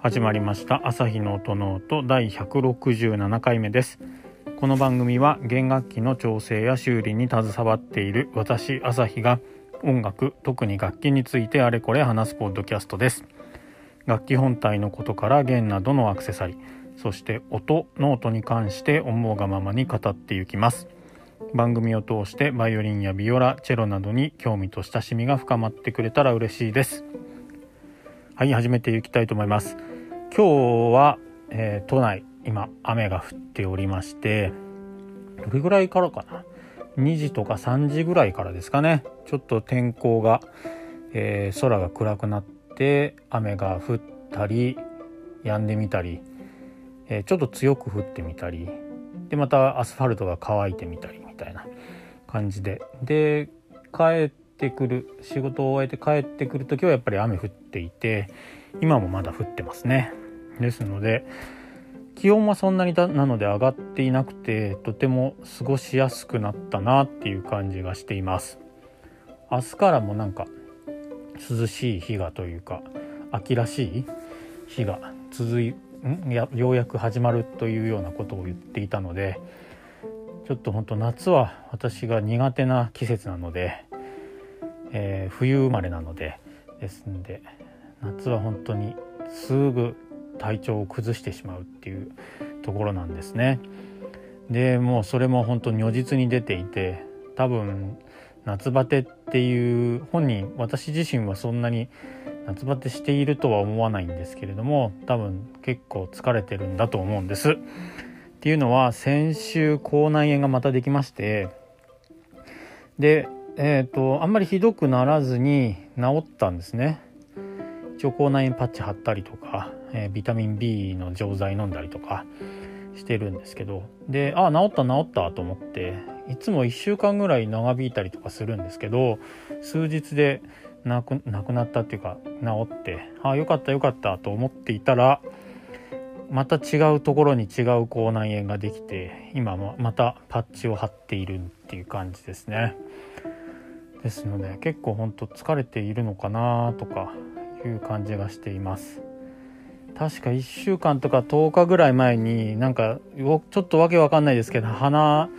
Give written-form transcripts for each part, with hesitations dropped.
始まりました朝日の音の音第167回目です。この番組は弦楽器の調整や修理に携わっている私朝日が音楽、特に楽器についてあれこれ話すポッドキャストです。楽器本体のことから弦などのアクセサリー、そして音、ノートに関して思うがままに語っていきます。番組を通してバイオリンやビオラ、チェロなどに興味と親しみが深まってくれたら嬉しいです。はい、始めていきたいと思います。今日は、都内今雨が降っておりまして、どれぐらいからかな、2時とか3時ぐらいからですかね、ちょっと天候が、空が暗くなって雨が降ったり止んでみたり、ちょっと強く降ってみたりで、またアスファルトが乾いてみたりみたいな感じで、帰ってくる、仕事を終えて帰ってくるときはやっぱり雨降っていて、今もまだ降ってますね。ですので気温はそんなになので上がっていなくて、とても過ごしやすくなったなっていう感じがしています。明日からもなんか涼しい日がというか、秋らしい日がようやく始まるというようなことを言っていたので、ちょっと本当夏は私が苦手な季節なので、冬生まれなのでですんで、夏は本当にすぐ体調を崩してしまうっていうところなんですね。でもうそれも本当に如実に出ていて、多分夏バテっていう私自身はそんなに夏バテしているとは思わないんですけれども、多分結構疲れてるんだと思うんです。っていうのは、先週口内炎がまたできまして、であんまりひどくならずに治ったんですね。一応口内炎パッチ貼ったりとか、ビタミン B の錠剤飲んだりとかしてるんですけど、で治ったと思って、いつも1週間ぐらい長引いたりとかするんですけど、数日でなくなったっていうか治って、よかったと思っていたら、また違うところに違う口内炎ができて、今もまたパッチを貼っているっていう感じですね。ですので結構本当疲れているのかなとかいう感じがしています。確か1週間とか10日ぐらい前になんかちょっとわけわかんないですけど、鼻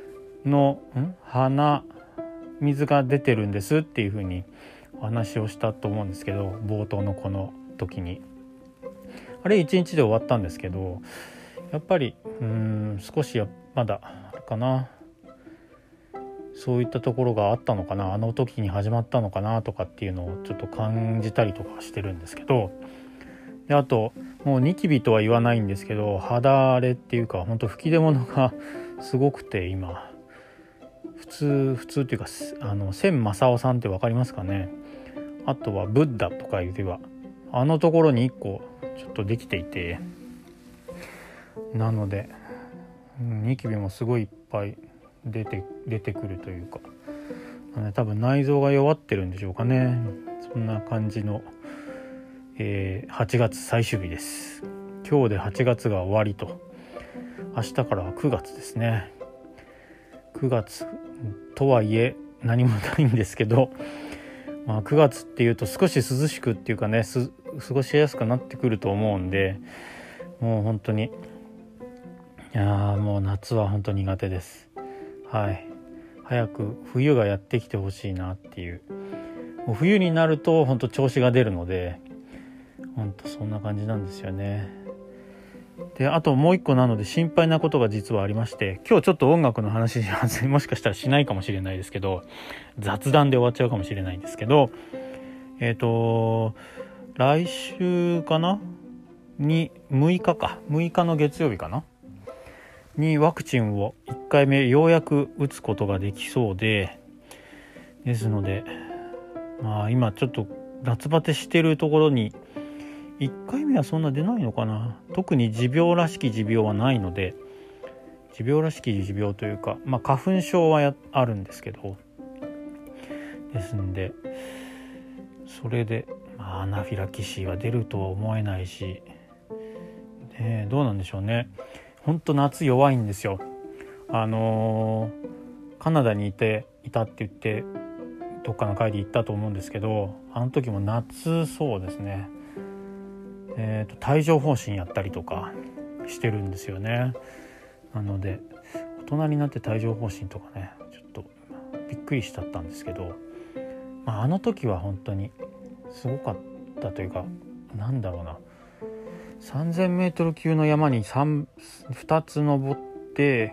水が出てるんですっていう風にお話をしたと思うんですけど、冒頭のこの時にあれ1日で終わったんですけど、やっぱり少しまだあるかな、そういったところがあったのかな、あの時に始まったのかなとかっていうのをちょっと感じたりとかしてるんですけど、であともうニキビとは言わないんですけど、肌荒れっていうか本当吹き出物がすごくて、今普通っていうか、千正夫さんって分かりますかね。あとはブッダとかいうではところに1個ちょっとできていて、なのでニキビもすごいいっぱい出てくるというか、多分内臓が弱ってるんでしょうかね。そんな感じの、8月最終日です。今日で8月が終わりと、明日からは9月ですね。9月とはいえ何もないんですけど、9月っていうと少し涼しくっていうかね、過ごしやすくなってくると思うんで、もう本当にもう夏は本当に苦手です。はい、早く冬がやってきてほしいなっていう。もう冬になると本当調子が出るので、本当そんな感じなんですよね。であともう一個なので心配なことが実はありまして、今日ちょっと音楽の話もしかしたらしないかもしれないですけど、雑談で終わっちゃうかもしれないんですけど、来週かなに6日の月曜日かなにワクチンを1回目ようやく打つことができそうですので、今ちょっと夏バテしてるところに1回目はそんな出ないのかな。特に持病らしき持病はないので、持病らしき持病というか、花粉症はあるんですけど、ですんでそれでアナフィラキシーは出るとは思えないし、どうなんでしょうね。本当夏弱いんですよ。カナダにいたって言ってどっかの会で行ったと思うんですけど、あの時も夏、そうですね帯状疱疹やったりとかしてるんですよね。なので大人になって帯状疱疹とかね、ちょっとびっくりしちゃったんですけど、あの時は本当にすごかったというか、なんだろうな、3000m 級の山に2つ登って、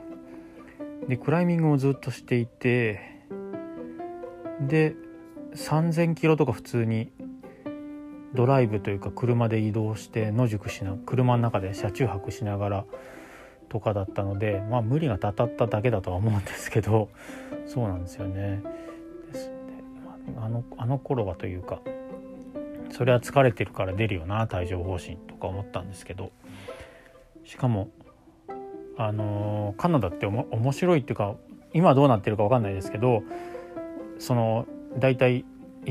でクライミングをずっとしていて、で3000キロとか普通にドライブというか車で移動して野宿しな、車の中で車中泊しながらとかだったので、無理がたたっただけだとは思うんですけど、そうなんですよね。ですので、あの頃はというか、それは疲れてるから出るよな帯状疱疹とか思ったんですけど、しかもカナダって面白いっていうか、今どうなってるか分かんないですけど、そのだいたい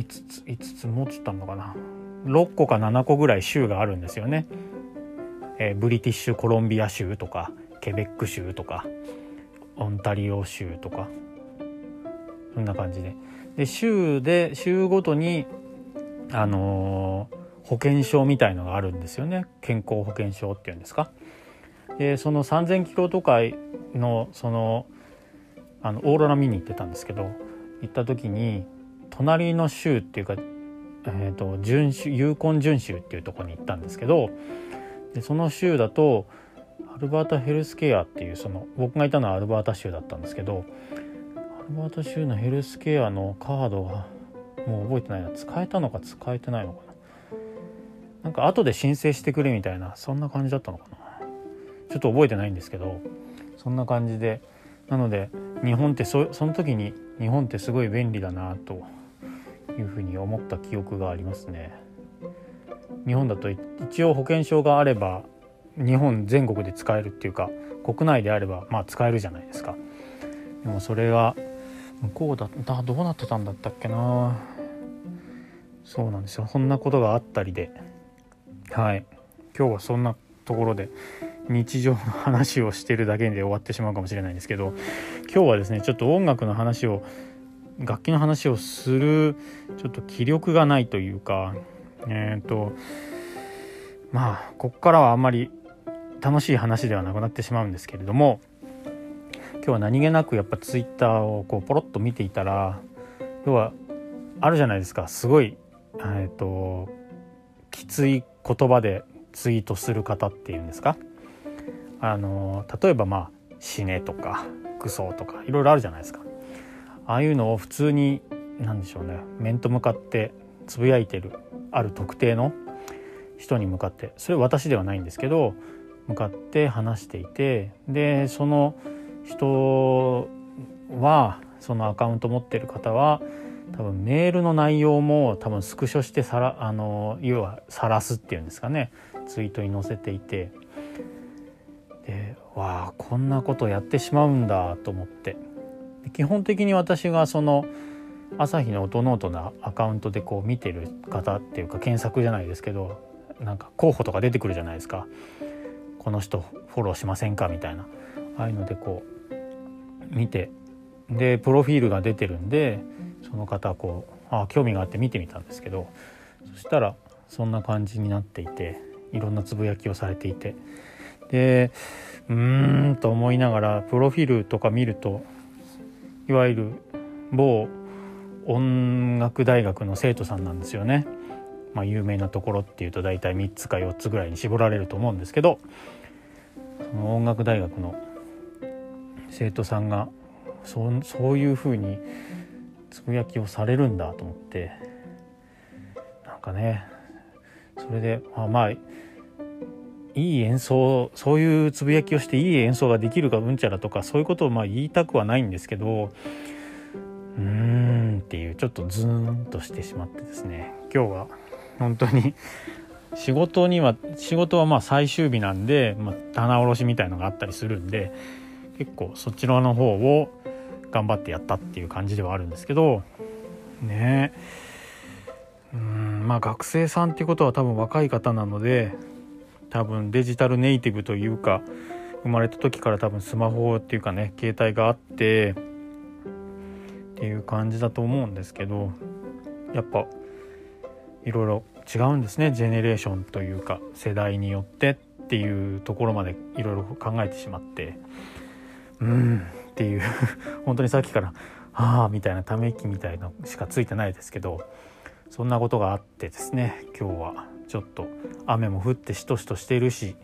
5つもうちょっとあるのかな、6個か7個ぐらい州があるんですよね。ブリティッシュコロンビア州とかケベック州とかオンタリオ州とか、そんな感じで州ごとに保険証みたいのがあるんですよね。健康保険証っていうんですか。でその3000キロとかのオーロラ見に行ってたんですけど、行った時に隣の州っていうか、ユーコン準州っていうところに行ったんですけど、でその州だとアルバータヘルスケアっていう、僕がいたのはアルバータ州だったんですけど、アルバータ州のヘルスケアのカードがもう覚えてないな、使えたのか使えてないのかな、なんか後で申請してくれみたいな、そんな感じだったのかな、ちょっと覚えてないんですけど、そんな感じで、なので日本ってその時に日本ってすごい便利だなというふうに思った記憶がありますね。日本だと一応保険証があれば日本全国で使えるっていうか、国内であれば使えるじゃないですか。でもそれが向こうだどうなってたんだったっけな。そうなんですよ、そんなことがあったりで、はい、今日はそんなところで日常の話をしてるだけで終わってしまうかもしれないんですけど、今日はですね、ちょっと音楽の話を、楽器の話をするちょっと気力がないというか、こっからはあんまり楽しい話ではなくなってしまうんですけれども、今日は何気なくやっぱツイッターをポロッと見ていたら、要はあるじゃないですか、すごいきつい言葉でツイートする方っていうんですか、例えば死ねとかクソとかいろいろあるじゃないですか。ああいうのを普通に面と向かってつぶやいてるある特定の人に向かって、それは私ではないんですけど、向かって話していて、でその人は、そのアカウント持ってる方は多分メールの内容も多分スクショして要は晒すっていうんですかね、ツイートに載せていて、でこんなことやってしまうんだと思って、基本的に私がその朝日の音ノートのアカウントで見てる方っていうか、検索じゃないですけど、なんか候補とか出てくるじゃないですか、この人フォローしませんかみたいな、ああいうので見て、でプロフィールが出てるんで、その方興味があって見てみたんですけど、そしたらそんな感じになっていて、いろんなつぶやきをされていて、でと思いながらプロフィールとか見ると、いわゆる某音楽大学の生徒さんなんですよね。有名なところっていうと大体3つか4つぐらいに絞られると思うんですけど、その音楽大学の生徒さんがそういう風につぶやきをされるんだと思って、なんかね、それでいい演奏、そういうつぶやきをしていい演奏ができるかうんちゃらとか、そういうことを言いたくはないんですけど、っていう、ちょっとズーンとしてしまってですね、今日は本当に仕事は最終日なんで、棚卸しみたいのがあったりするんで、結構そちらの方を頑張ってやったっていう感じではあるんですけどね。学生さんっていうことは多分若い方なので、多分デジタルネイティブというか、生まれた時から多分スマホっていうかね、携帯があってっていう感じだと思うんですけど、やっぱいろいろ違うんですね。ジェネレーションというか世代によってっていうところまでいろいろ考えてしまってっていう本当にさっきからみたいなため息みたいなのしかついてないですけど、そんなことがあってですね、今日はちょっと雨も降ってしとしとしているし、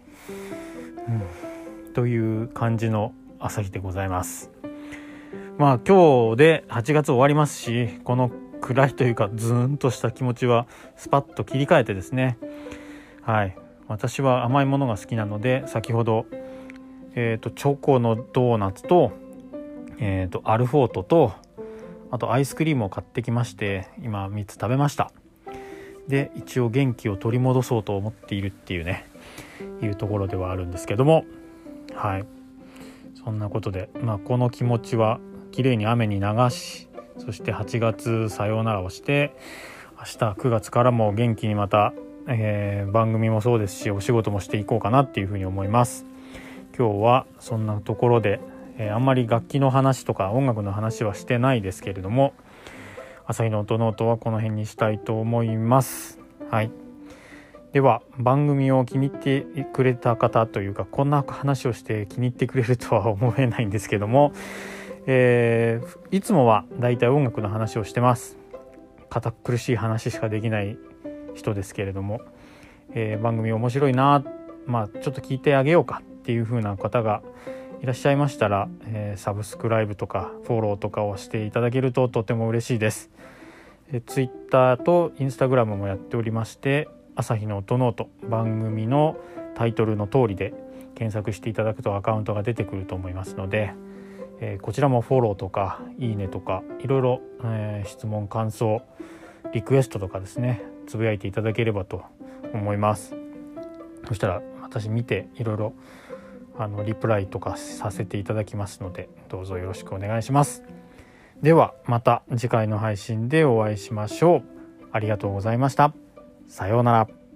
という感じの朝日でございます。今日で8月終わりますし、この暗いというかズーンとした気持ちはスパッと切り替えてですね、私は甘いものが好きなので、先ほど、チョコのドーナツと、アルフォートと、あとアイスクリームを買ってきまして、今3つ食べました。で、一応元気を取り戻そうと思っているっていうね、いうところではあるんですけども、そんなことで、この気持ちはきれいに雨に流し、そして8月さようならをして、明日9月からも元気にまた、番組もそうですしお仕事もしていこうかなっていうふうに思います。今日はそんなところで、あんまり楽器の話とか音楽の話はしてないですけれども、朝日の音ノートはこの辺にしたいと思います。では番組を気に入ってくれた方というか、こんな話をして気に入ってくれるとは思えないんですけども、いつもはだいたい音楽の話をしてます。堅苦しい話しかできない人ですけれども、番組面白いな、ちょっと聞いてあげようかっていう風な方がいらっしゃいましたら、サブスクライブとかフォローとかをしていただけるととても嬉しいです。ツイッターとインスタグラムもやっておりまして、朝日の音ノート、番組のタイトルの通りで検索していただくとアカウントが出てくると思いますので、こちらもフォローとかいいねとかいろいろ、質問感想リクエストとかですね、つぶやいていただければと思います。そしたら私見ていろいろリプライとかさせていただきますので、どうぞよろしくお願いします。ではまた次回の配信でお会いしましょう。ありがとうございました。さようなら。